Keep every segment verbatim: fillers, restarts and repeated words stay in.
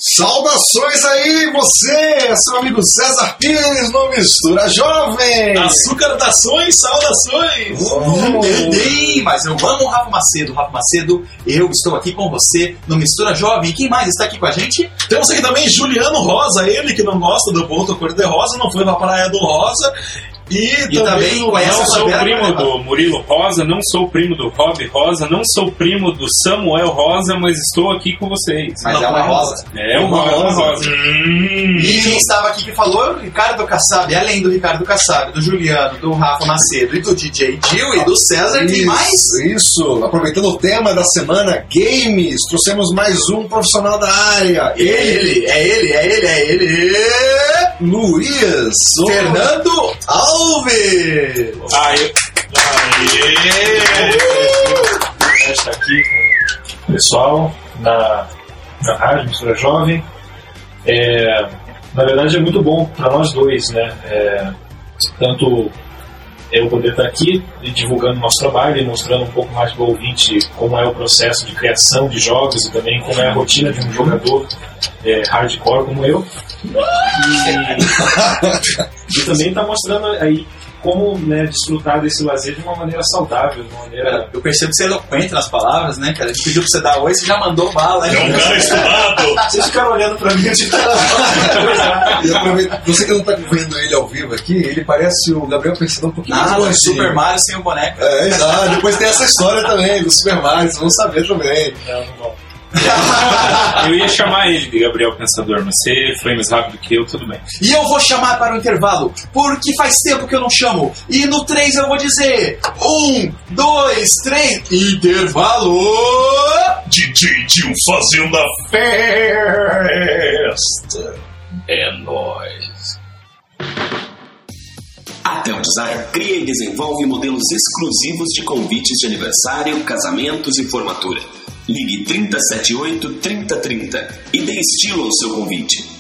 Saudações aí, você, seu amigo César Pires no Mistura Jovem. Açucardações, saudações. Oh. Ei, mas eu amo o Rafa Macedo. Rafa Macedo, eu estou aqui com você no Mistura Jovem. E quem mais está aqui com a gente? Temos aqui também Juliano Rosa, ele que não gosta do ponto cor de rosa, não foi pra Praia do Rosa. E, e também conhece não sou Vera primo Carnaval. do Murilo Rosa, não sou primo do Rob Rosa, não sou primo do Samuel Rosa, mas estou aqui com vocês. Mas não, é uma rosa. É uma, uma rosa. rosa. Hum. E quem estava aqui que falou, o Ricardo Kassab, além do Ricardo Kassab, do Juliano, do Rafa Macedo e do D J Gil e do César, Isso, quem mais? Isso, aproveitando o tema da semana, games, trouxemos mais um profissional da área. Ele, ele é ele, é ele, é ele, Luiz Fernando Alves. Ah, eu... Aê! Está aqui com o pessoal na, na rádio Mistura Jovem. É, na verdade é muito bom para nós dois, né? É, tanto eu poder estar aqui divulgando nosso trabalho e mostrando um pouco mais para o ouvinte como é o processo de criação de jogos e também como é a rotina de um jogador é, hardcore como eu. E, e também está mostrando aí como, né, desfrutar desse lazer de uma maneira saudável, de uma maneira... Eu percebo que você é eloquente nas palavras, né, cara? A gente pediu pra você dar oi, você já mandou bala. É um cara estudado! Vocês ficaram olhando pra mim de cara. E aproveita, você que não tá vendo ele ao vivo aqui, ele parece o Gabriel Pensador um pouquinho Ah, mais o gordinho. Super Mario sem o boneco. É, exato. Depois tem essa história também do Super Mario, vocês vão saber também. Não, não vou. Eu ia chamar ele de Gabriel Pensador, mas você foi mais rápido que eu, tudo bem. E eu vou chamar para o intervalo, porque faz tempo que eu não chamo. E no três eu vou dizer: um, dois, três, intervalo! D J Gil fazendo a festa. É nóis. A Tel Design cria e desenvolve modelos exclusivos de convites de aniversário, casamentos e formatura. Ligue trinta setenta e oito, trinta trinta e dê estilo ao seu convite.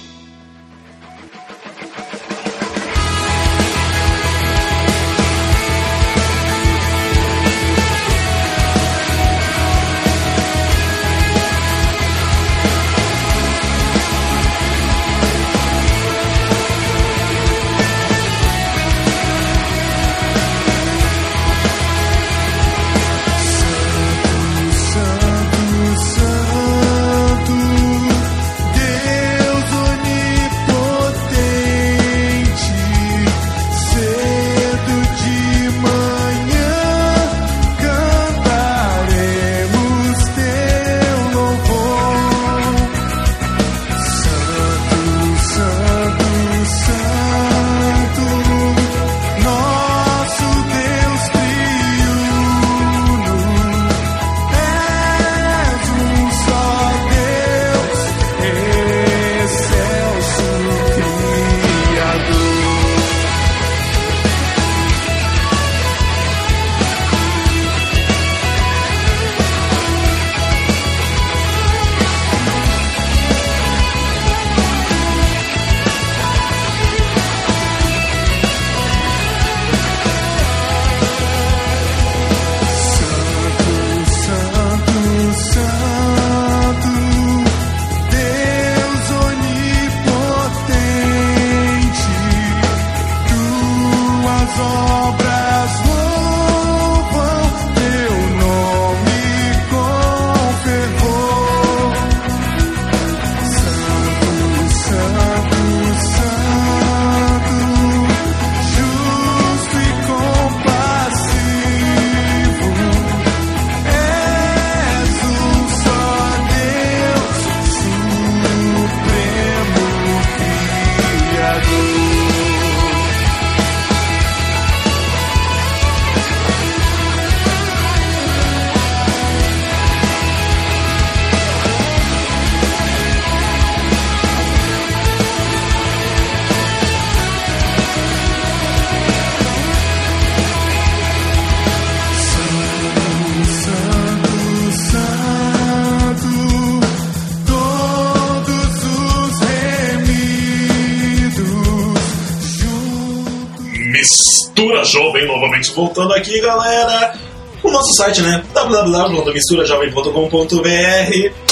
Mistura Jovem, novamente voltando aqui, galera. O nosso site, né? w w w ponto mistura jovem ponto com ponto b r.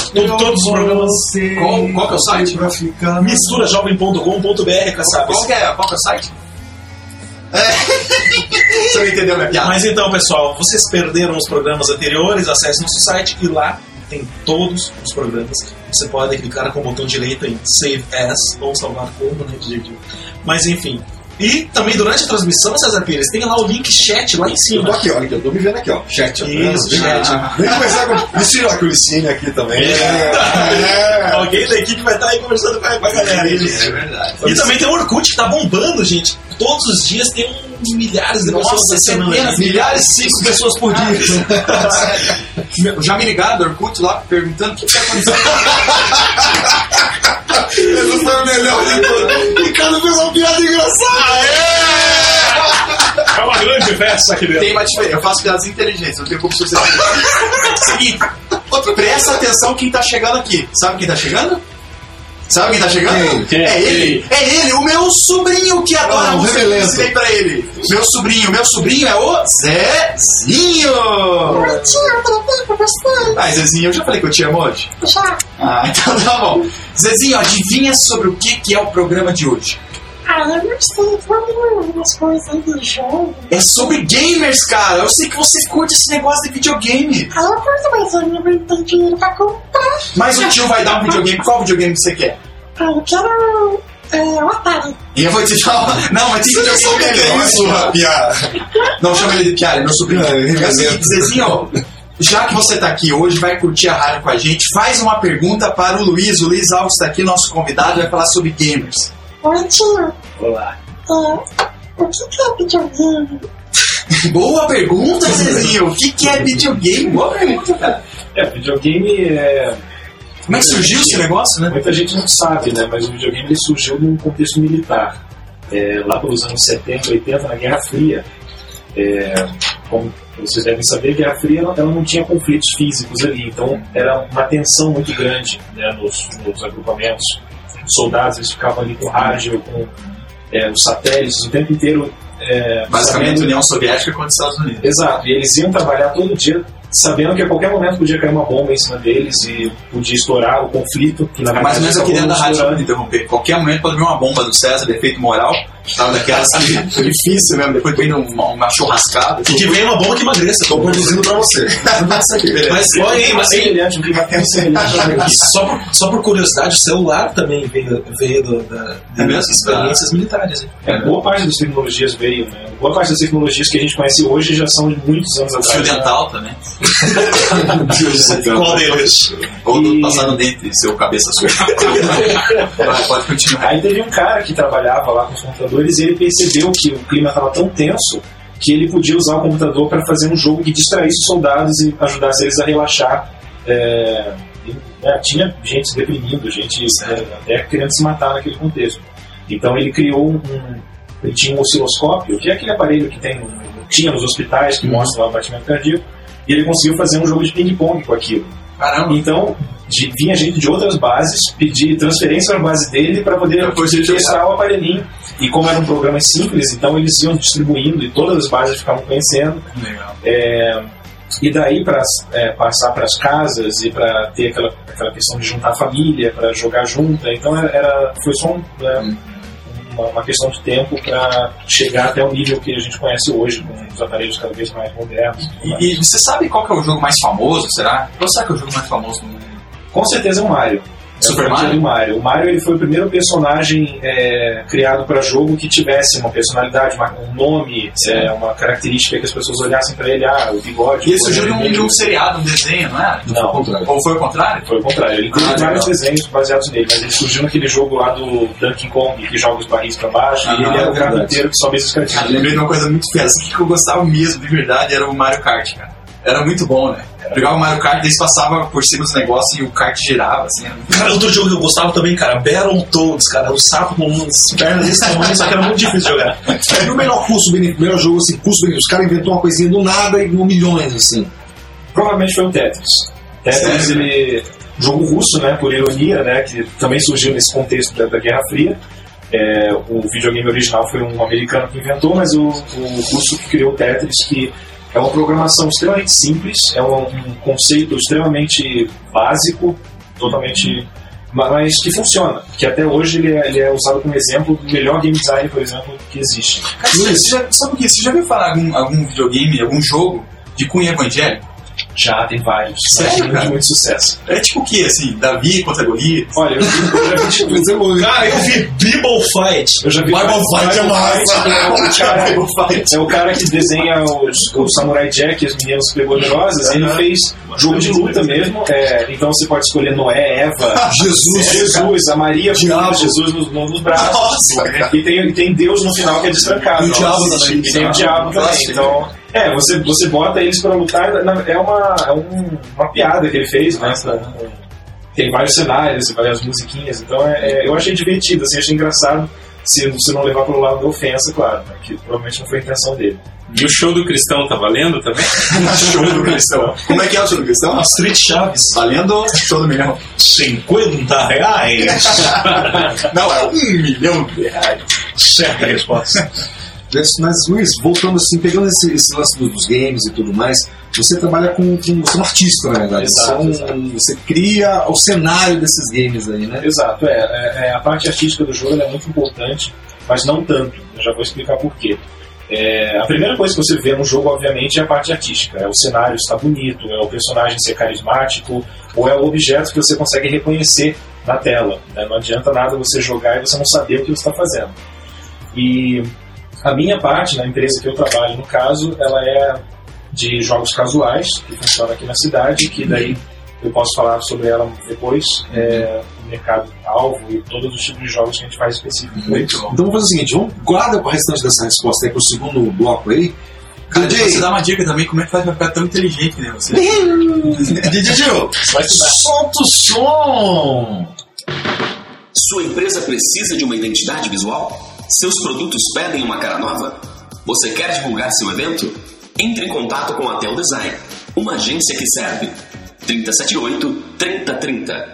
todo, todos os programas. Qual, qual que é o site? mistura jovem ponto com ponto b r, Kassab. Qual que é, qual que é o site? Você não entendeu minha piada? Mas então, pessoal, vocês perderam os programas anteriores, acesse nosso site e lá tem todos os programas. Você pode clicar com o botão direito em Save As ou salvar como, né, de jeito. Mas enfim. E também durante a transmissão, César Pires, tem lá o link chat lá em Eu cima. tô aqui, olha aqui, eu tô me vendo aqui, ó. Chat. Isso, chat. Vem começar com. Deixa eu com o Licine aqui também. É. Alguém da equipe vai estar aí conversando com a com a galera. É verdade. E também tem o Orkut que tá bombando, gente. Todos os dias tem um, milhares de pessoas Nossa, acessando centenas, ali. milhares, cinco pessoas por dia. Já me ligaram do Orkut lá perguntando o que tá acontecendo. Esse foi o melhor de tudo. E cada vez uma piada engraçada. É uma grande festa aqui dentro. Tem uma diferença. Eu faço piadas inteligentes, não tenho como ser. Seguinte, presta atenção quem tá chegando aqui. Sabe quem tá chegando? Sabe quem tá chegando? Quem? É ele, é ele, o meu sobrinho que adora Ah, música. Eu revelento. ensinei pra ele. Meu sobrinho, meu sobrinho é o Zezinho. Oi, tio, tudo bem com você? Ah, Zezinho, eu já falei que eu te amo hoje. Já. Ah, então tá bom. Zezinho, adivinha sobre o que, que é o programa de hoje? Ah, eu não sei, vamos umas coisas aí de jogo. É sobre gamers, cara. Eu sei que você curte esse negócio de videogame. Ah, eu curto, mas eu não tenho dinheiro pra comprar. Mas o tio vai dar um videogame. Qual videogame que você quer? Ah, eu quero... É, o Atari. E eu vou te falar. Não, mas tem Você não videogame sabe o que é melhor. isso, Rapiá? Não, chama ele de Piara, meu sobrinho. É, É o revelento. seguinte, Zezinho, ó, já que você tá aqui hoje, vai curtir a rádio com a gente, faz uma pergunta para o Luiz. O Luiz Alves está aqui, nosso convidado, vai falar sobre gamers. Oi, tio. Olá. É, o que que é videogame? Boa pergunta, Zezinho. O que, que é videogame? Boa pergunta, cara. É, videogame é. Como é que surgiu esse negócio, né? Muita gente não sabe, né? Mas o videogame ele surgiu num contexto militar. É, lá pelos anos setenta, oitenta, na Guerra Fria. É, como vocês devem saber, a Guerra Fria ela não tinha conflitos físicos ali. Então era uma tensão muito grande, né, nos, nos agrupamentos. Os soldados eles ficavam ali com rádio, com é, os satélites o tempo inteiro. É, Basicamente, sabendo- União Soviética contra os Estados Unidos. Exato, e eles iam trabalhar todo dia sabendo que a qualquer momento podia cair uma bomba em cima deles e podia estourar o conflito. Que, na É mais ou menos aqui dentro da rádio, estourando. pra interromper. Qualquer momento pode vir uma bomba do César, de efeito moral. Tava daquelas que é difícil mesmo, depois vem uma, uma churrascada. E que vem uma bomba que emagreça. Tô produzindo pra você. Mas olha aí, mas aí, semelhante, um clima tão semelhante. só, por, só por curiosidade, o celular também veio, veio do, da, É mesmo? das experiências militares. Hein? É, boa parte das tecnologias veio, né? Boa parte das tecnologias que a gente conhece hoje já são de muitos anos O fio atrás. dental também. Qual deles? Ou do E- passar no dente, seu cabeça sua. Vai, pode continuar. Aí teve um cara que trabalhava lá com os computadores e ele percebeu que o clima estava tão tenso que ele podia usar o computador para fazer um jogo que distraísse os soldados e ajudasse eles a relaxar. É, e, né, tinha gente se deprimindo, gente é, até querendo se matar naquele contexto. Então ele criou um, ele tinha um osciloscópio, que é aquele aparelho que tem, tinha nos hospitais que mostra lá o batimento cardíaco, e ele conseguiu fazer um jogo de ping-pong com aquilo. Caramba. Então, de, vinha gente de outras bases pedir transferência para a base dele para poder Depois ele testar o aparelhinho. E como eram programas simples, então eles iam distribuindo e todas as bases ficavam conhecendo. Legal. É, e daí para é, passar para as casas e para ter aquela, aquela questão de juntar a família, para jogar junta. Então era, era- foi só um, é, uma, uma questão de tempo para chegar até o nível que a gente conhece hoje, com os aparelhos cada vez mais modernos. E, e você sabe qual que é o jogo mais famoso, será? Qual será que é o jogo mais famoso do mundo? Com certeza é o Mario. Super É a franquia Mario? do Mario. O Mario ele foi o primeiro personagem é, criado para jogo que tivesse uma personalidade, uma- um nome, é, uma característica que as pessoas olhassem para ele, ah, o bigode. E ele o surgiu de um, vermelho. de um seriado, um desenho, não é? Não, Ou foi o contrário? foi o contrário. Ele teve Ah, vários legal. desenhos baseados nele, mas ele surgiu naquele jogo lá do Donkey Kong, que joga os barris para baixo, Ah, e ele era o verdade. carpinteiro que sobe as Cara, escadinhas. eu lembrei de uma coisa muito fera. Assim, que eu gostava mesmo, de verdade, era o Mario Kart, cara. Era muito bom, né? Pegava o Mario Kart, eles passavam por cima dos negócios e o kart girava, assim. Era muito... Cara, outro jogo que eu gostava também, cara, Battletoads, cara, o sapo com umas pernas desse tamanho, só que era muito difícil de jogar. E o melhor custo-benefício, o melhor jogo, assim, custo-benefício. Os caras inventou uma coisinha do nada e ganhou milhões, assim. Provavelmente foi o Tetris. Tetris, Sério? ele... Jogo russo, né, por ironia, né, que também surgiu nesse contexto da, da Guerra Fria. É, o videogame original foi um americano que inventou, mas o, o russo que criou o Tetris, que é uma programação extremamente simples, é um, um conceito extremamente básico, totalmente... mas que funciona, que até hoje ele é, ele é usado como exemplo do melhor game design, por exemplo, que existe. Cara, você, você já, sabe o que? Você já viu falar algum, algum videogame, algum jogo de cunho evangélico? Já, tem vários. Sério, muito, cara? muito sucesso. É tipo o que, assim? Davi contra Golias? Olha, eu, vi, eu já vi tipo... Cara, eu vi Bible Fight. Eu já vi Bible Fight é massa. é, o cara, Bible Fight. é o cara que desenha os, o Samurai Jack e as meninas superpoderosas. Ele fez jogo de luta mesmo. É, então você pode escolher Noé, Eva, Jesus, Jesus, a Maria, Diabo. Jesus nos, nos braços. Nossa, cara. E tem, e tem Deus no final que é destrancado. E o diabo também. E tem o diabo também. Nossa, Então, é, você, você bota eles pra lutar. na- É uma, é um, uma piada que ele fez, né? com- Tem vários cenários, várias musiquinhas. Então, é, é, eu achei divertido, assim, achei engraçado. Se você não levar pelo lado da ofensa, claro, né, que provavelmente não foi a intenção dele. E o show do Cristão tá valendo também? Show do Cristão. Como é que é o show do Cristão? Astrid Chaves. Valendo show do milhão. cinquenta reais. Não, é um milhão de reais. Certa resposta. Mas, Luiz, voltando assim, pegando esse, esse lance dos dos games e tudo mais, você trabalha com, com você é um artista, na verdade. Exato, você, é um- exato. você cria o cenário desses games aí, né? Exato, é, é, é, a parte artística do jogo ela é muito importante, mas não tanto. Eu já vou explicar por quê. É, a primeira coisa que você vê no jogo, obviamente, é a parte artística. É o cenário estar bonito, é o personagem ser carismático, ou é o objeto que você consegue reconhecer na tela, né? Não adianta nada você jogar e você não saber o que você está fazendo. E a minha parte, na empresa que eu trabalho, no caso, ela é de jogos casuais, que funciona aqui na cidade, que daí eu posso falar sobre ela depois, é, o mercado-alvo e todos os tipos de jogos que a gente faz específicos. Muito bom. Então vamos fazer o seguinte, vamos guarda o restante dessa resposta aí pro segundo bloco aí. Cara, D J, você dá uma dica também, como é que faz pra ficar tão inteligente, né? Você. D J Gil, solta o som! Sua empresa precisa de uma identidade visual? Seus produtos pedem uma cara nova? Você quer divulgar seu evento? Entre em contato com a Tel Design, uma agência que serve. trinta e setenta e oito, trinta trinta.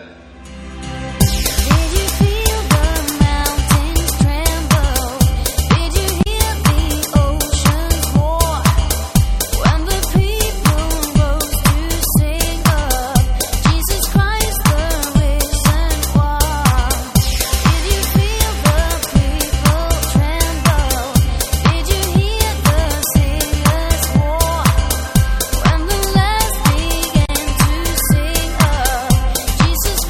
Jesus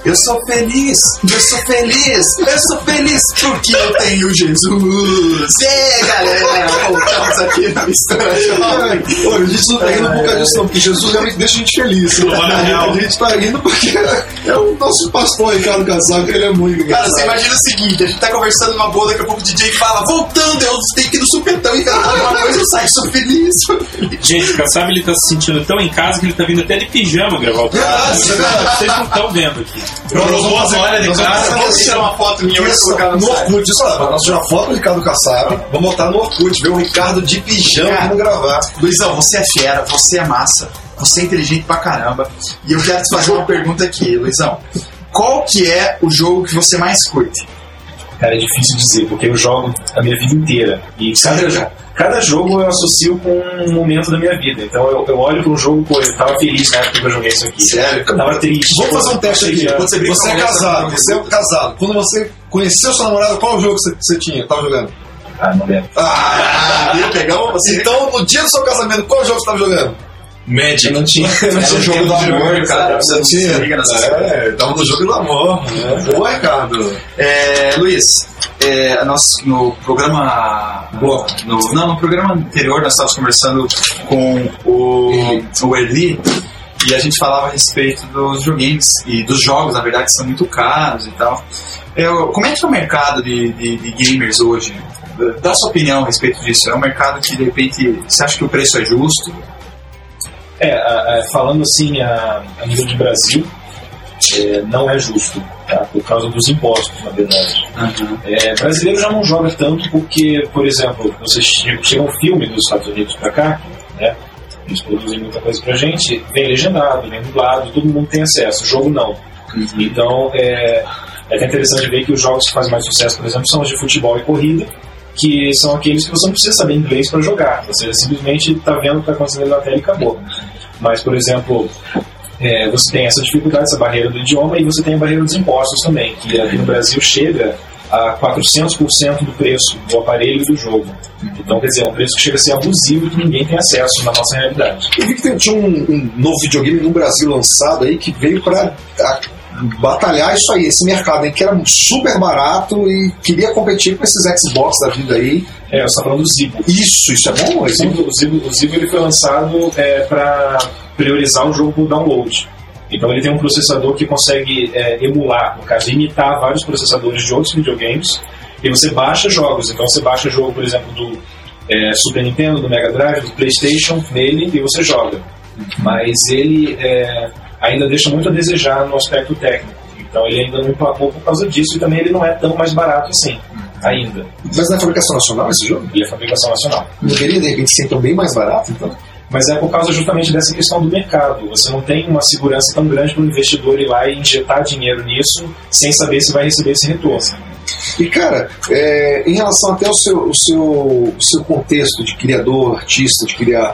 Eu sou feliz, eu sou feliz, eu sou feliz porque eu tenho Jesus. É, galera, voltamos aqui na mistura. Olha, a gente não tá rindo por causa disso, não, porque Jesus realmente deixa a gente feliz. A gente tá rindo porque é o nosso pastor Ricardo Kassab, que ele é muito Cara, engraçado. você imagina o seguinte: a gente tá conversando numa boa, daqui a pouco o D J fala, voltando, eu tenho que ir no supetão e cantar alguma coisa, eu saio, sou feliz. Gente, o Kassab, ele tá se sentindo tão em casa que ele tá vindo até de pijama gravar o programa. Vocês não estão vendo aqui. Provou a glória de casa. Vamos tirar uma foto minha hoje e colocar no No site. Orkut, isso lá, nós tiramos foto do Ricardo Kassab, vamos botar no Orkut, ver o Ricardo de pijama, Cara, vamos gravar. Luizão, você é fera, você é massa, você é inteligente pra caramba. E eu quero te fazer uma pergunta aqui, Luizão. Qual que é o jogo que você mais curte? Cara, é difícil dizer, porque eu jogo a minha vida inteira. E cada, cada jogo eu associo com um momento da minha vida. Então eu, eu olho para um jogo, pô, eu tava feliz na época que eu joguei isso aqui. Sério? Eu tava triste. Vamos fazer um teste aqui. Já- Quando você, briga você com é alguém, casado, você você é casado. Quando você conheceu sua namorada, qual jogo você, você tinha? Tava jogando? Ah, não lembro. Ah, viu? Pegamos você. Então, no dia do seu casamento, qual jogo você tava jogando? Magic. Eu não tinha. Eu não Era tinha um jogo do amor, cara. Você não se liga nessas coisas. É, tava no jogo do amor. Né? Boa, Ricardo. É, Luiz, é, nós, no programa. No, não, no programa anterior nós estávamos conversando com o, o Eli e a gente falava a respeito dos videogames e dos jogos, na verdade, que são muito caros e tal. É, como é que é o mercado de, de, de gamers hoje? Dá sua opinião a respeito disso. É um mercado que, de repente, você acha que o preço é justo? É, a- a- falando assim a, a nível de Brasil, é, não é justo, tá? Por causa dos impostos, na verdade. Uhum. É, brasileiro já não joga tanto porque, por exemplo, você che- chega um filme dos Estados Unidos pra cá, né? Eles produzem muita coisa pra gente, vem legendado, vem dublado, todo mundo tem acesso, o jogo não. Então é, é até interessante ver que os jogos que fazem mais sucesso, por exemplo, são os de futebol e corrida, que são aqueles que você não precisa saber inglês para jogar, você simplesmente está vendo o que está acontecendo na tela e acabou. Mas, por exemplo, é, você tem essa dificuldade, essa barreira do idioma, e você tem a barreira dos impostos também, que aqui no Brasil chega a quatrocentos por cento do preço do aparelho e do jogo. Então, quer dizer, é um preço que chega a ser abusivo e que ninguém tem acesso na nossa realidade. Eu vi que tem- tinha um, um novo videogame no Brasil lançado aí que veio pra a- batalhar isso aí, esse mercado aí, que era super barato e queria competir com esses Xbox da vida aí. É, você está falando do Zibo. Isso, isso é bom? O Zibo, o Zibo, o Zibo ele foi lançado é, para priorizar o jogo por download. Então ele tem um processador que consegue é, emular, no caso, imitar vários processadores de outros videogames, e você baixa jogos. Então você baixa jogo, por exemplo, do é, Super Nintendo, do Mega Drive, do PlayStation nele, e você joga. Mas ele é, ainda deixa muito a desejar no aspecto técnico. Então ele ainda não emplacou por causa disso, e também ele não é tão mais barato assim, ainda. Mas não é fabricação nacional esse jogo? E a fabricação nacional. Não deveria de repente ser então bem mais barato, então? Mas é por causa justamente dessa questão do mercado. Você não tem uma segurança tão grande para o investidor ir lá e injetar dinheiro nisso sem saber se vai receber esse retorno. E cara, é, em relação até ao seu, o seu, o seu contexto de criador, artista, de criar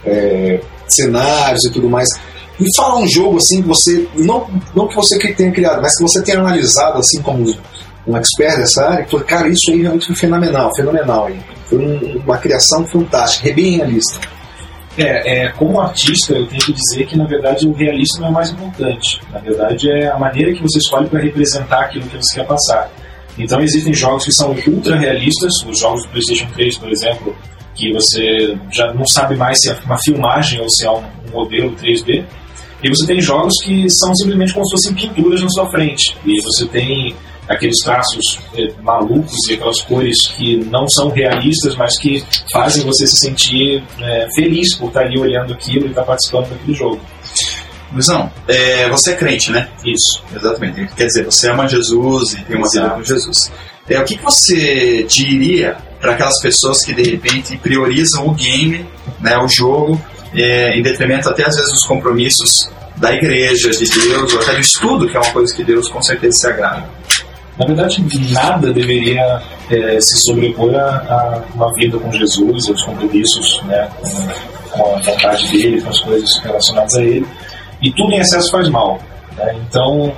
é, cenários e tudo mais, me fala um jogo assim que você, não, não que você tenha criado, mas que você tenha analisado assim como um expert dessa área, que falou, cara, isso aí realmente foi fenomenal, fenomenal aí. Foi um, uma criação fantástica, é bem realista. É, é, como artista, eu tenho que dizer que, na verdade, o realista não é mais importante. Na verdade, é a maneira que você escolhe para representar aquilo que você quer passar. Então, existem jogos que são ultra realistas, os jogos do PlayStation três, por exemplo, que você já não sabe mais se é uma filmagem ou se é um, um modelo três D. E você tem jogos que são simplesmente como se fossem pinturas na sua frente. E você tem aqueles traços eh, malucos e aquelas cores que não são realistas, mas que fazem você se sentir eh, feliz por estar ali olhando aquilo e estar participando daquele jogo. Luizão, é, você é crente, né? Isso. Exatamente. Quer dizer, você ama Jesus e tem uma vida Exato. com Jesus. É, o que, que você diria para aquelas pessoas que de repente priorizam o game, né, o jogo, é, em detrimento até às vezes dos compromissos da igreja, de Deus, ou até do estudo, que é uma coisa que Deus com certeza se agrada? Na verdade, nada deveria eh, se sobrepor a, a uma vida com Jesus, aos compromissos, né, com, com a vontade dele, com as coisas relacionadas a ele. E tudo em excesso faz mal. Né? Então,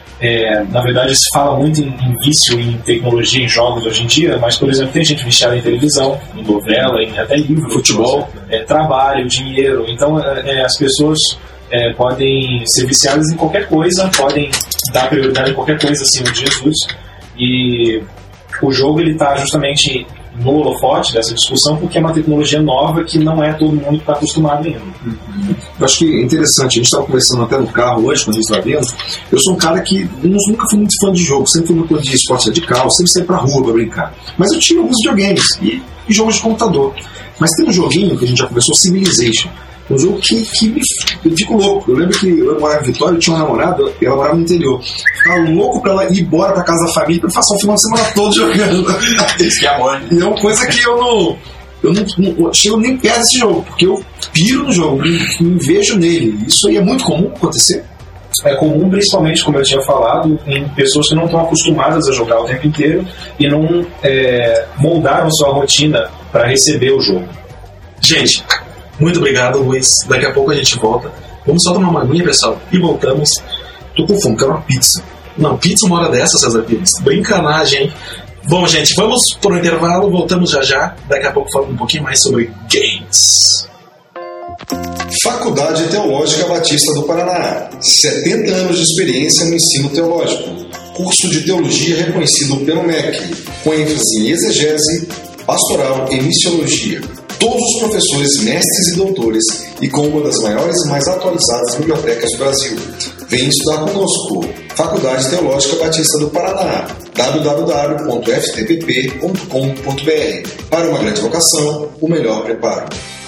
é, na verdade, se fala muito em, em vício em tecnologia, em jogos hoje em dia, mas, por exemplo, tem gente viciada em televisão, em novela, em até livro, Futebol. é, trabalho, dinheiro. Então, é, é, as pessoas é, podem ser viciadas em qualquer coisa, podem dar prioridade em qualquer coisa acima de Jesus. E o jogo está justamente no holofote dessa discussão porque é uma tecnologia nova que não é todo mundo que está acostumado ainda. Uhum. Eu acho que é interessante, a gente estava conversando até no carro hoje, quando a gente estava vendo. Eu sou um cara que nunca fui muito fã de jogo, sempre fui muito fã de esporte radical, sempre saí pra rua pra brincar. Mas eu tinha alguns videogames e, e jogos de computador. Mas tem um joguinho que a gente já conversou, Civilization. Um jogo que, que me, eu fico louco. Eu lembro que eu morava em Vitória, eu tinha uma namorada, ela morava no interior. Ficava louco pra ela ir embora pra casa da família pra passar o final de semana todo jogando. Isso que é amor. E é uma coisa que eu não. Eu não, não chego nem perto desse jogo, porque eu piro no jogo, me, me vejo nele. Isso aí é muito comum acontecer? É comum, principalmente, como eu tinha falado, em pessoas que não estão acostumadas a jogar o tempo inteiro e não é, moldaram sua rotina para receber o jogo. Gente, muito obrigado, Luiz. Daqui a pouco a gente volta. Vamos só tomar uma aguinha, pessoal, e voltamos. Tô com fome, quero uma pizza. Não, pizza uma hora dessa, César Pires. Brincanagem, hein? Bom, gente, vamos para o intervalo, voltamos já já. Daqui a pouco falando um pouquinho mais sobre games. Faculdade Teológica Batista do Paraná. setenta anos de experiência no ensino teológico. Curso de teologia reconhecido pelo M E C, com ênfase em exegese, pastoral e missiologia. Todos os professores, mestres e doutores, e com uma das maiores e mais atualizadas bibliotecas do Brasil. Vem estudar conosco. Faculdade Teológica Batista do Paraná. w w w ponto f t p p ponto com ponto b r. Para uma grande vocação, o melhor preparo.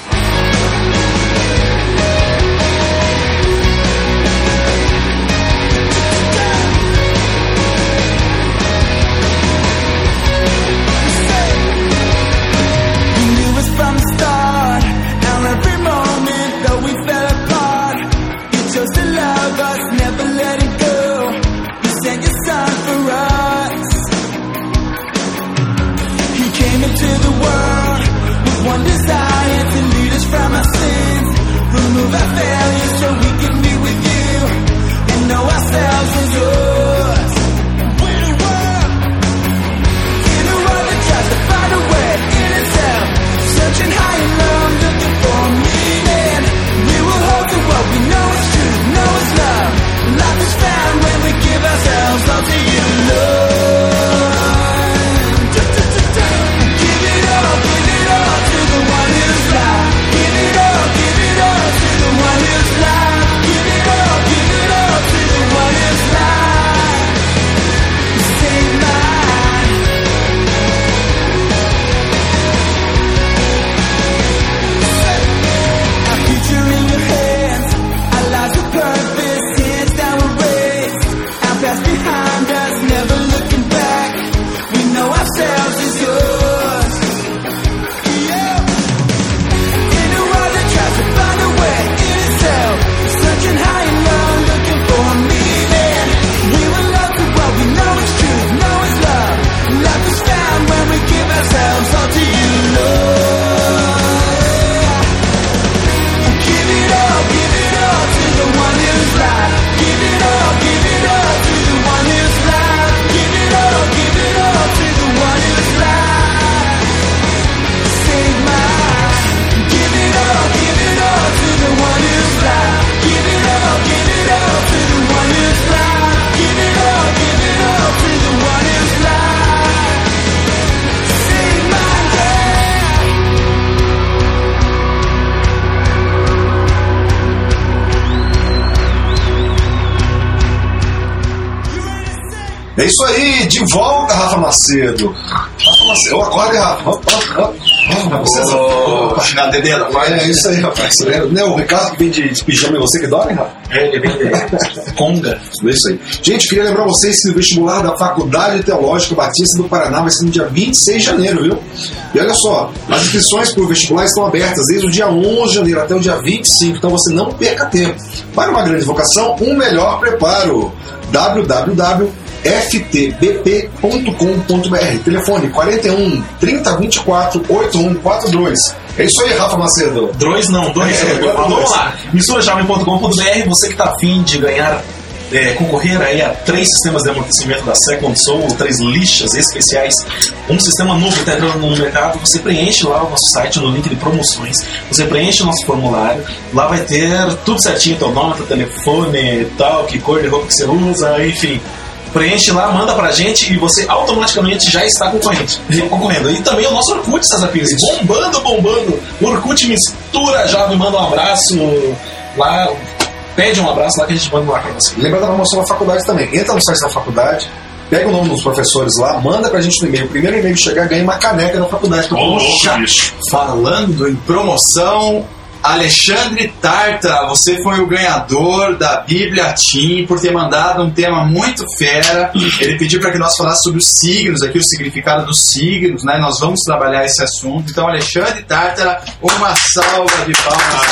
É isso aí, de volta, Rafa Macedo. Rafa Macedo, oh, acorda, Rafa. Oh, oh, oh. Você oh, final de dedo, é, é isso aí, rapaz. Não, o Ricardo que vem de, de pijama é você que dorme, Rafa? É, ele vem de conga. É isso aí. Gente, queria lembrar vocês que o vestibular da Faculdade Teológica Batista do Paraná vai ser no dia vinte e seis de janeiro, viu? E olha só, as inscrições para o vestibular estão abertas desde o dia onze de janeiro até o dia vinte e cinco, então você não perca tempo. Para uma grande vocação, um melhor preparo. w w w ponto f t b p ponto com ponto b r. Telefone quarenta e um, trinta, vinte e quatro, oitenta e um quarenta e dois. É isso aí, Rafa Macedo. Dois não, dois. É, Vamos lá. mistura jovem ponto com ponto b r. Você que está afim de ganhar é, concorrer aí a três sistemas de amortecimento da Second Soul, três lixas especiais, um sistema novo que está entrando no mercado. Você preenche lá o nosso site no link de promoções, você preenche o nosso formulário, lá vai ter tudo certinho, teu nome, teu telefone, tal, que cor de roupa que você usa, enfim. Preenche lá, manda pra gente e você automaticamente já está concorrente, concorrendo. E também o nosso Orkut, César Pires, bombando, bombando. O Orkut mistura já, me manda um abraço lá, pede um abraço lá que a gente manda um ar pra você. Lembra da promoção da faculdade também. Entra no site da faculdade, pega o nome dos professores lá, manda pra gente no e-mail. O primeiro e-mail que chegar ganha uma caneca da faculdade. Oh, falando em promoção, Alexandre Tarta, você foi o ganhador da Bíblia Team por ter mandado um tema muito fera. Ele pediu para que nós falássemos sobre os signos aqui, o significado dos signos, né? Nós vamos trabalhar esse assunto. Então, Alexandre Tarta, uma salva de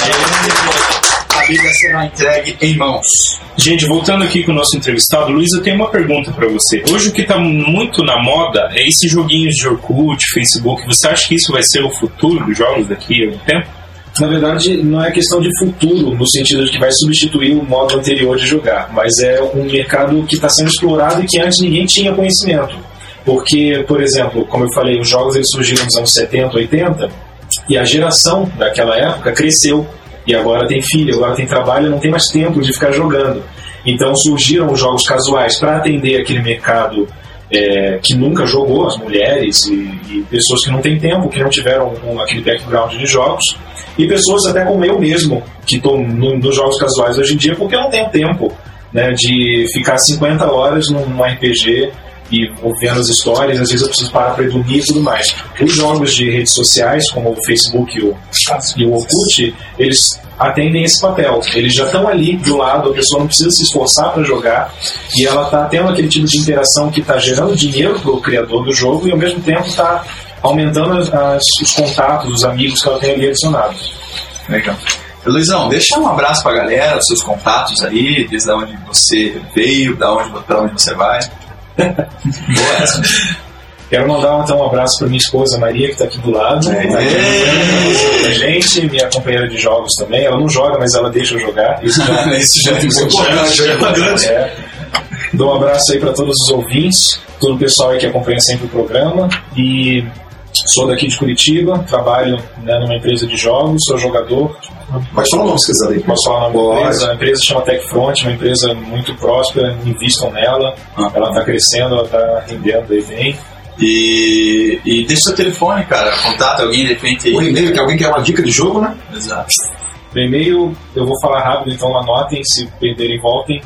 palmas. A Bíblia será entregue em mãos. Gente, voltando aqui com o nosso entrevistado, Luiz, eu tenho uma pergunta para você. Hoje o que está muito na moda é esses joguinhos de Orkut, Facebook. Você acha que isso vai ser o futuro dos jogos daqui a um tempo? Na verdade, não é questão de futuro, no sentido de que vai substituir o modo anterior de jogar, mas é um mercado que está sendo explorado e que antes ninguém tinha conhecimento. Porque, por exemplo, como eu falei, os jogos eles surgiram nos anos setenta, oitenta, e a geração daquela época cresceu, e agora tem filho, agora tem trabalho, não tem mais tempo de ficar jogando. Então surgiram os jogos casuais para atender aquele mercado é, que nunca jogou, as mulheres e, e pessoas que não têm tempo, que não tiveram um, aquele background de jogos, e pessoas até como eu mesmo, que estou no, nos jogos casuais hoje em dia, porque eu não tenho tempo, né, de ficar cinquenta horas num, num R P G e vendo as histórias, às vezes eu preciso parar para dormir e tudo mais. Os jogos de redes sociais, como o Facebook e o, e o Orkut, eles atendem esse papel. Eles já estão ali do lado, a pessoa não precisa se esforçar para jogar, e ela está tendo aquele tipo de interação que está gerando dinheiro para o criador do jogo e ao mesmo tempo está aumentando as, as, os contatos, os amigos que ela tem ali adicionados. Legal. Luizão, deixa um abraço pra galera, os seus contatos aí, desde onde você veio, da onde, pra onde você vai. Boa essa. Quero mandar então um abraço para minha esposa Maria, que está aqui do lado. Tá aqui a gente, minha companheira de jogos também. Ela não joga, mas ela deixa eu jogar. Isso já, Isso já é importante. importante. É. Dou um abraço aí para todos os ouvintes, todo o pessoal aí que acompanha sempre o programa. E sou daqui de Curitiba, trabalho, né, numa empresa de jogos, sou jogador. Pode falar o nome se quiser aí. Posso falar o nome da empresa? A empresa chama Techfront, uma empresa muito próspera, invistam nela. Ah. Ela está crescendo, ela está rendendo aí bem. E, e deixa seu telefone, cara, contato alguém de repente aí. O e-mail, que alguém quer uma dica de jogo, né? Exato. O e-mail, eu vou falar rápido, então anotem, se perderem, voltem.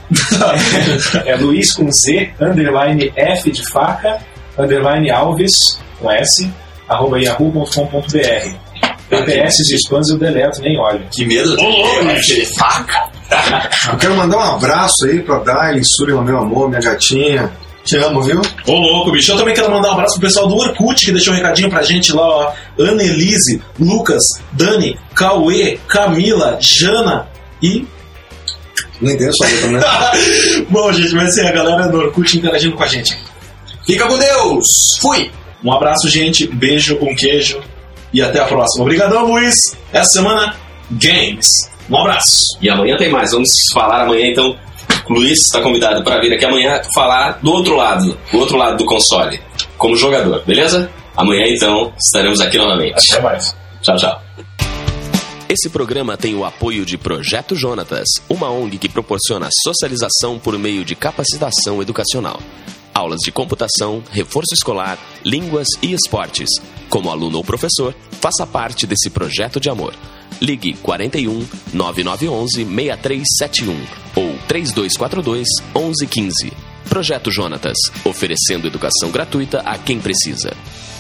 É Luiz com Z, underline F de faca, underline Alves, com S, arroba yahoo ponto com ponto b r. P P S e spams eu deleto, nem olho. Que medo de F de faca. Eu quero mandar um abraço aí pra Daily, Sullivan, meu amor, minha gatinha. Te amo, viu? Ô, louco, bicho. Eu também quero mandar um abraço pro pessoal do Orkut, que deixou um recadinho pra gente lá, ó. Annelise, Lucas, Dani, Cauê, Camila, Jana e... Não entendo sua letra, né? Bom, gente, vai ser a galera do Orkut interagindo com a gente. Fica com Deus! Fui! Um abraço, gente. Beijo, um queijo. E até a próxima. Obrigadão, Luiz. Essa semana, Games. Um abraço. E amanhã tem mais. Vamos falar amanhã, então. O Luiz está convidado para vir aqui amanhã falar do outro lado, do outro lado do console, como jogador, beleza? Amanhã, então, estaremos aqui novamente. Até mais. Tchau, tchau. Esse programa tem o apoio de Projeto Jonatas, uma O N G que proporciona socialização por meio de capacitação educacional. Aulas de computação, reforço escolar, línguas e esportes. Como aluno ou professor, faça parte desse projeto de amor. Ligue quarenta e um, nove nove um um, seis três sete um ou três dois quatro dois, um um um cinco. Projeto Jonatas, oferecendo educação gratuita a quem precisa.